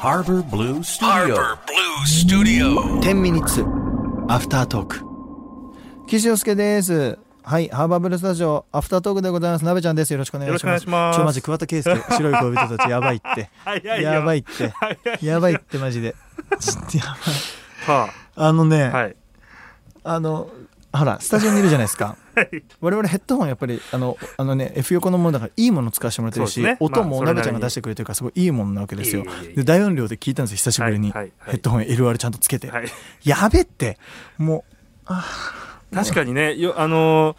Harbor Blue Studio. Harbor Blue Studio. 10ミニッツアフタートーク。岸洋介です。はい、ハーバーブルースタジオアフタートークでございます。なべちゃんです。よろしくお願いします。マジ桑田佳祐白い恋人たちやばいってやばいってやばいってマジでやばい、はあ、はい、ほらスタジオにいるじゃないですか、はい、我々ヘッドホンやっぱりF 横のものだからいいもの使わせてもらってるし、ね、音もなべちゃんが出してくれてるからすごいいいものなわけですよ。で大音量で聞いたんですよ久しぶりに、はいはい、ヘッドホン LR ちゃんとつけて、はい、やべってもう確かにね久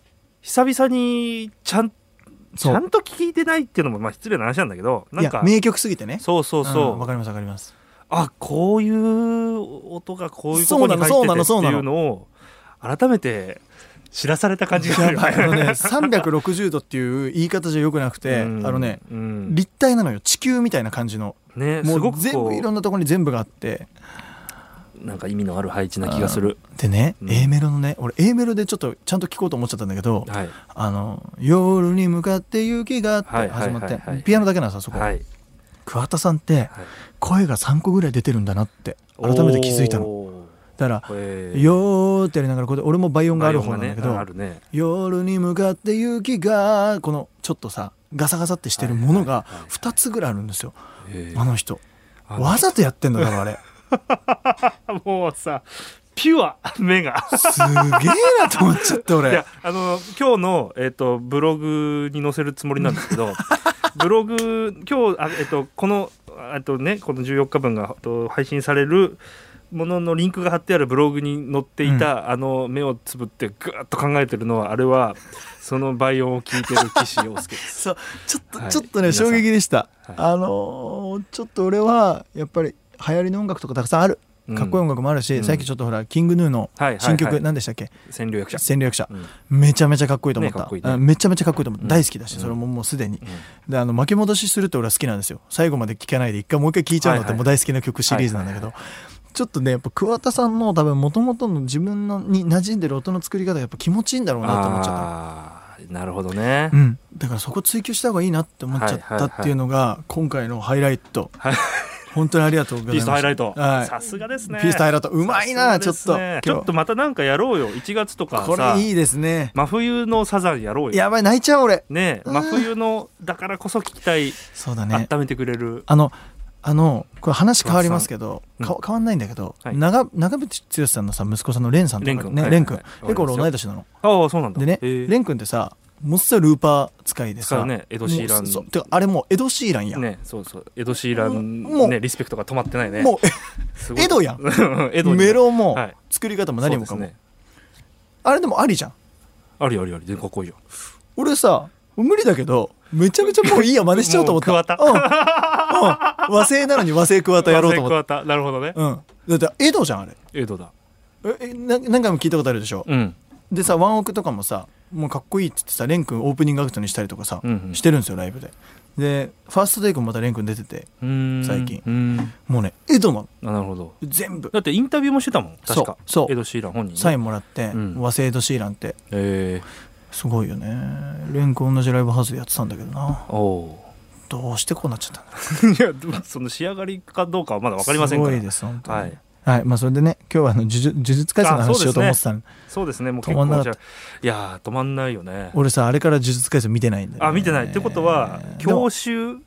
々にちゃんと聞いてないっていうのもまあ失礼な話なんだけど、なんかいや名曲すぎてね。 そうそうそう、 わかりますわかります。 あ、こういう音がこういうとこに入っててっていうのを改めて知らされた感じがあるよね。 360度っていう言い方じゃよくなくて、立体なのよ。地球みたいな感じの、ね、もう全部いろんなところに全部があって、 なんか意味のある配置な気がする。 でね、A メロのね、俺 A メロでちょっとちゃんと聞こうと思っちゃったんだけど、はい、夜に向かって雪がって始まって、ピアノだけなんですよそこ、はい、桑田さんって声が3個ぐらい出てるんだなって改めて気づいたの。だからよーってやりながらこれ俺も倍音がある方なんだけど、ね、夜に向かって雪がこのちょっとさガサガサってしてるものが2つぐらいあるんですよ、あの人わざとやってんだからあれもうさピュア目がすげえなと思っちゃって俺。いや今日の、ブログに載せるつもりなんですけどブログ今日この14日分が配信されるもののリンクが貼ってあるブログに載っていた、目をつぶってぐーっと考えてるのはあれはその倍音を聞いてる岸洋介ですそうちょっとね衝撃でした、はい、ちょっと俺はやっぱり流行りの音楽とかたくさんある、かっこいい音楽もあるし、最近ちょっとほらキングヌーの新曲何でしたっけ、 占領役者、めちゃめちゃかっこいいと思った、ね、めちゃめちゃかっこいいと思った、大好きだし、それももうすでに、で巻き戻しするって俺は好きなんですよ。最後まで聴かないでもう一回聴いちゃうのってもう大好きな曲シリーズなんだけど、ちょっとねやっぱ桑田さんの多分元々の自分のに馴染んでる音の作り方がやっぱ気持ちいいんだろうなと思っちゃった。 なるほどね、 だからそこ追求した方がいいなって思っちゃったっていうのが今回のハイライト、本当にありがとうございます。 ピーストハイライト、さすがですね。 ピーストハイライトうまいな、ちょっとまたなんかやろうよ。1月とかさ、 これいいですね。 真冬のサザンやろうよ。 やばい泣いちゃう俺ね。真冬のだからこそ聞きたい。そうだね、温めてくれるこれ話変わりますけど、変わんないんだけど、長渕剛さんのさ息子さんのレンさんとかね、レン君結構俺同い年なの。 ああそうなんだ。 でね、レン君ってさもっさルーパー使いでさ、 エド・シーランてかあれもうエド・シーランやね。そうエド・シーランね、リスペクトが止まってないね。 もうエドやんメロも作り方も何もかも、あれでもありじゃん。 ありかっこいいよ。俺さ無理だけどめちゃめちゃもういいや真似しちゃおうと思った。和製なのに和製桑田やろうと思った。 なるほどね、 だってエドじゃんあれ。 エドだ。 何回も聞いたことあるでしょ、でさワンオクとかもさもうかっこいいって言ってさレン君オープニングアクトにしたりとかさ、してるんですよライブで。でファーストデイ君またレン君出てて最近もうねエドなの。 なるほど。 全部だってインタビューもしてたもん確か。そうエド・シーラン本人、 サインもらって、和製エド・シーランって、すごいよね。レン君同じライブハウスでやってたんだけどな。どうしてこうなっちゃったんだろう。 いやその仕上がりかどうかはまだ分かりませんから。 すごいです本当に。はい、それでね今日は呪術廻戦の話しようと思ってたの。 そうですねもう結構いや止まんないよね。 俺さあれから呪術廻戦見てないんだよね。 見てないってことは9週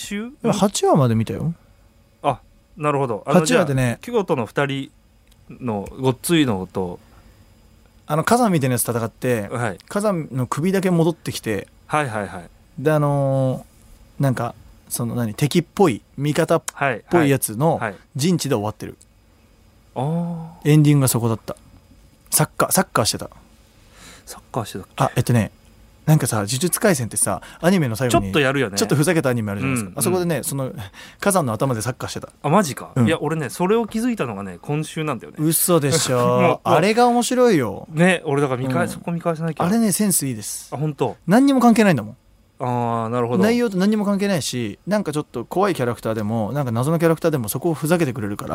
8話まで見たよ。 なるほど。 8話でね京都の2人のごっついのと火山みたいなやつ戦って、火山の首だけ戻ってきて、でなんかその敵っぽい味方っぽいやつの陣地で終わってる、エンディングがそこだった。サッカーしてた。 サッカーしてたっけ。なんかさ呪術廻戦ってさアニメの最後にちょっとやるよね。 ちょっとふざけたアニメあるじゃないですか、あそこでねその火山の頭でサッカーしてた。 マジか、いや俺ねそれを気づいたのがね今週なんだよね。 嘘でしょあれが面白いよね。俺だからそこ見返さなきゃ。 あれねセンスいいです。 本当。 何にも関係ないんだもん。 なるほど。 内容と何にも関係ないし、なんかちょっと怖いキャラクターでもなんか謎のキャラクターでもそこをふざけてくれるから。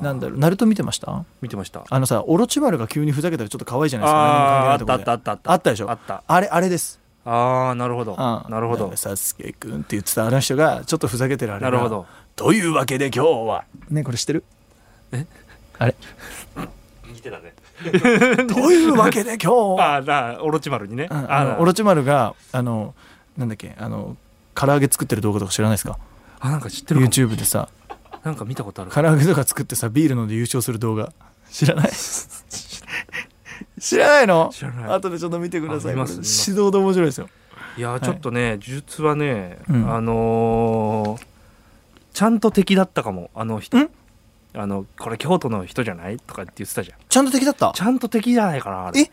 なんだろう、ナルト見てました？ 見てました。 さオロチマルが急にふざけたらちょっと可愛いじゃないですか。何にも関係ないところであったでしょ。あれです。 ああなるほどなるほど。 サスケくんって言ってたあの人がちょっとふざけてるあれがなるほど。 というわけで今日はねこれ知ってる？あれ似てたねというわけで今日はオロチマルにね、 オロチマルがなんだっけ唐揚げ作ってる動画とか知らないですか？ なんか知ってるかも。 YouTube でさなんか見たことある。 唐揚げとか作ってさビール飲んで優勝する動画知らない知らないの？ 知らない。 後でちょっと見てください。 見ます指導で面白いですよ。 いやちょっとね、呪術はね、 うんちゃんと敵だったかもあの人。これ京都の人じゃないとかって言ってたじゃん。 ちゃんと敵だった？ ちゃんと敵じゃないかなあれ。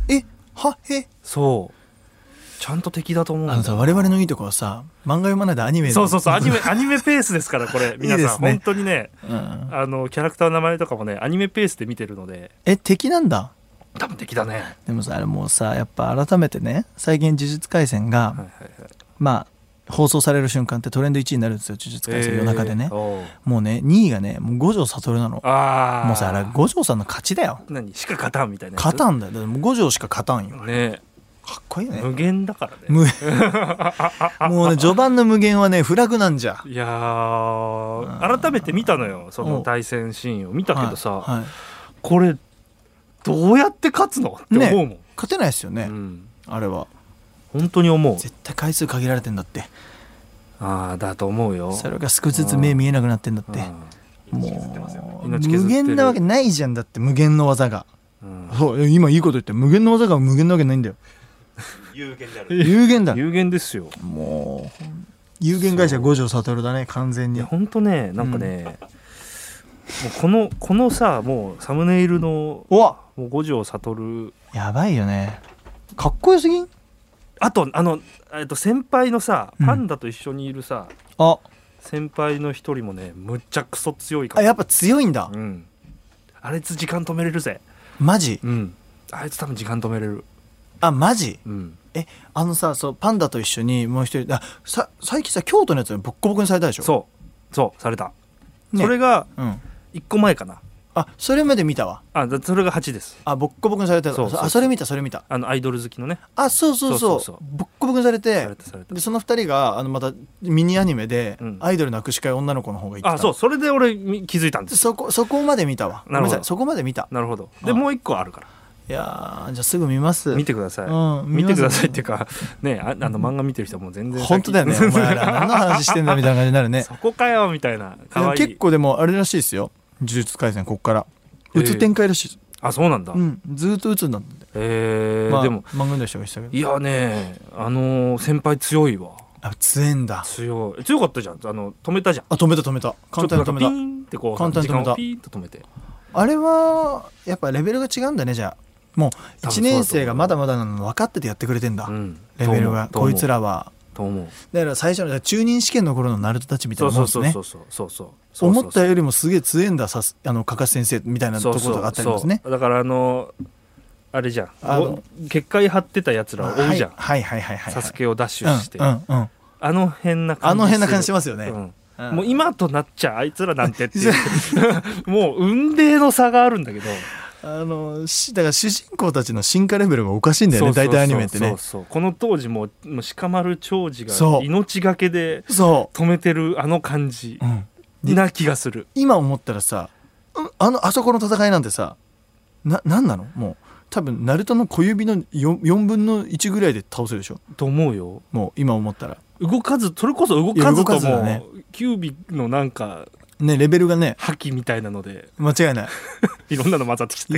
そうちゃんと敵だと思うんだよ。 さ我々のいいとこはさ漫画読まないでアニメそうアニメペースですからこれ皆さんいいですね。本当にね、キャラクターの名前とかもねアニメペースで見てるので。 敵なんだ。 多分敵だね。 でもさあれもうさやっぱ改めてね最近呪術廻戦が、まあ放送される瞬間ってトレンド1位になるんですよ呪術廻戦夜中でね。もうね2位がねもう五条悟なの。もうさあれ五条さんの勝ちだよ。 何しか勝たんみたいなやつ。 勝たんだよ。だってもう五条しか勝たんよね。 かっこいいね。 無限だからね。 もうね序盤の無限はねフラグなんじゃ。 いや改めて見たのよその対戦シーンを見たけどさ、これどうやって勝つのって思うもん、ね、 勝てないですよね、あれは本当に思う。 絶対回数限られてんだって。 だと思うよ。 それが少しずつ目見えなくなってんだって。もう無限なわけないじゃん。だって無限の技が、そう今いいこと言って無限の技が無限なわけないんだよ。 有限である。有限ですよ。 もう有限会社五条悟だね完全に。 本当ねなんかね、もうこのさもうサムネイルのもう五条悟やばいよね。かっこよすぎん？ あと先輩のさパンダと一緒にいるさ、先輩の一人もねむっちゃくそ強いから。 やっぱ強いんだ。 あいつ時間止めれるぜ。 マジ？ あいつ多分時間止めれる。 マジ？さそうパンダと一緒にもう一人最近さ京都のやつボッコボコにされたでしょ。 そうされた、ね、それが1個前かな。 それまで見たわ。 それが8です。 ボッコボコにされた。それ見たアイドル好きのね。 そうボッコボコにされてでその2人がまたミニアニメで、アイドルの握手会女の子の方がいてそれで俺気づいたんです。 そこまで見たわ。なるほど。そこまで見た。 なるほど。でもう1個あるから。 いやじゃあすぐ見ます。 見てください、見てくださいっていうかね漫画見てる人はもう全然本当だよね。お前ら何の話してんだみたいな感じになるね。 そこかよみたいな。かわいい。 結構でもあれらしいですよ呪術廻戦こっから打つ展開らしいです。 そうなんだ。 ずっと打つんだって。でも漫画の人が言ってたけど。いやね先輩強いわ。 強いんだ。 強かったじゃん。止めたじゃん。 止めた簡単に止めた。 ピーンってこう簡単に止めた。 ピーンと止めて。 あれはやっぱレベルが違うんだね。じゃあもう1年生がまだまだなの分かっててやってくれてんだ、レベルが。こいつらはと思う。 だから最初の中任試験の頃のナルトたちみたいなもんですね。 そう思ったよりもすげえ強いんだかかし先生みたいなところがあったりですね。 だからあれじゃん結界張ってたやつらを追うじゃん。サスケをダッシュしてあの変な感じしますよね。もう今となっちゃあいつらなんてっていうもう雲泥の差があるんだけどだから主人公たちの進化レベルがおかしいんだよね。大体アニメってね。 この当時も鹿丸長司が命がけで止めてるあの感じな気がする。 今思ったらさあそこの戦いなんてさなんなのもう多分ナルトの小指の 4分の1ぐらいで倒せるでしょと思うよ。 もう今思ったらそれこそ動かずともキュービのなんかねレベルがね覇気みたいなので間違いないいろんなの混ざってきて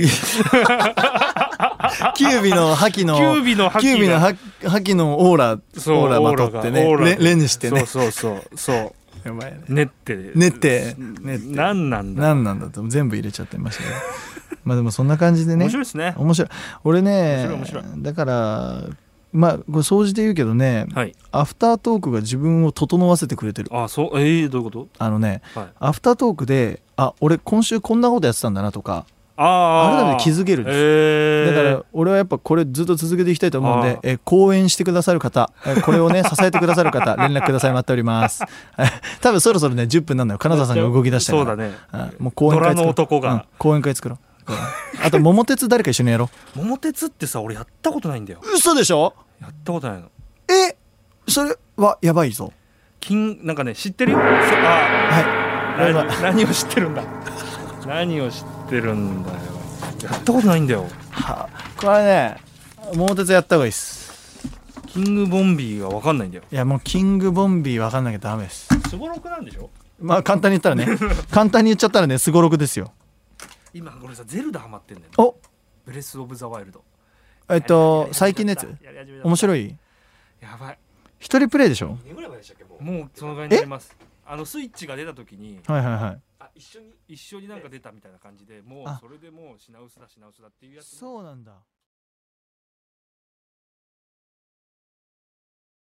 キュービの覇気のオーラまとってね連にしてね。 そうやばいね。 練って何なんだと全部入れちゃってましたね。まあでもそんな感じでね。 面白いですね。 面白い。俺ねだからこれ総じて言うけどね、アフタートークが自分を整わせてくれてる。 どういうこと？ アフタートークで俺今週こんなことやってたんだなとか改めて気づけるんです。だから俺はやっぱこれずっと続けていきたいと思うんで、講演してくださる方、これをね支えてくださる方連絡ください。待っております。多分そろそろね10分なんだよ。金沢さんが動き出したから。 そうだね。 もう講演会作ろう。 ドラの男が、 講演会作ろう。あと桃鉄誰か一緒にやろう。 桃鉄ってさ俺やったことないんだよ。 嘘でしょ？ やったことないの。 それはやばいぞ。 なんかね知ってるよ。何を知ってるんだ。何を知ってるんだよ。やったことないんだよ。 これね桃鉄やった方がいいっす。 キングボンビーが分かんないんだよ。 いやもうキングボンビー分かんなきゃダメです。 すごろくなんでしょ。 まあ簡単に言ったらね簡単に言っちゃったらねすごろくですよ。 今これさゼルダハマってんだよ、ね、 おブレスオブザワイルド。 最近のやつ面白い。 やばい。 一人プレイでしょ。 もうそのぐらいになります。スイッチが出た時に、 はいはいはい、 一緒になんか出たみたいな感じで、もうそれでもう品薄だっていうやつ。 そうなんだ。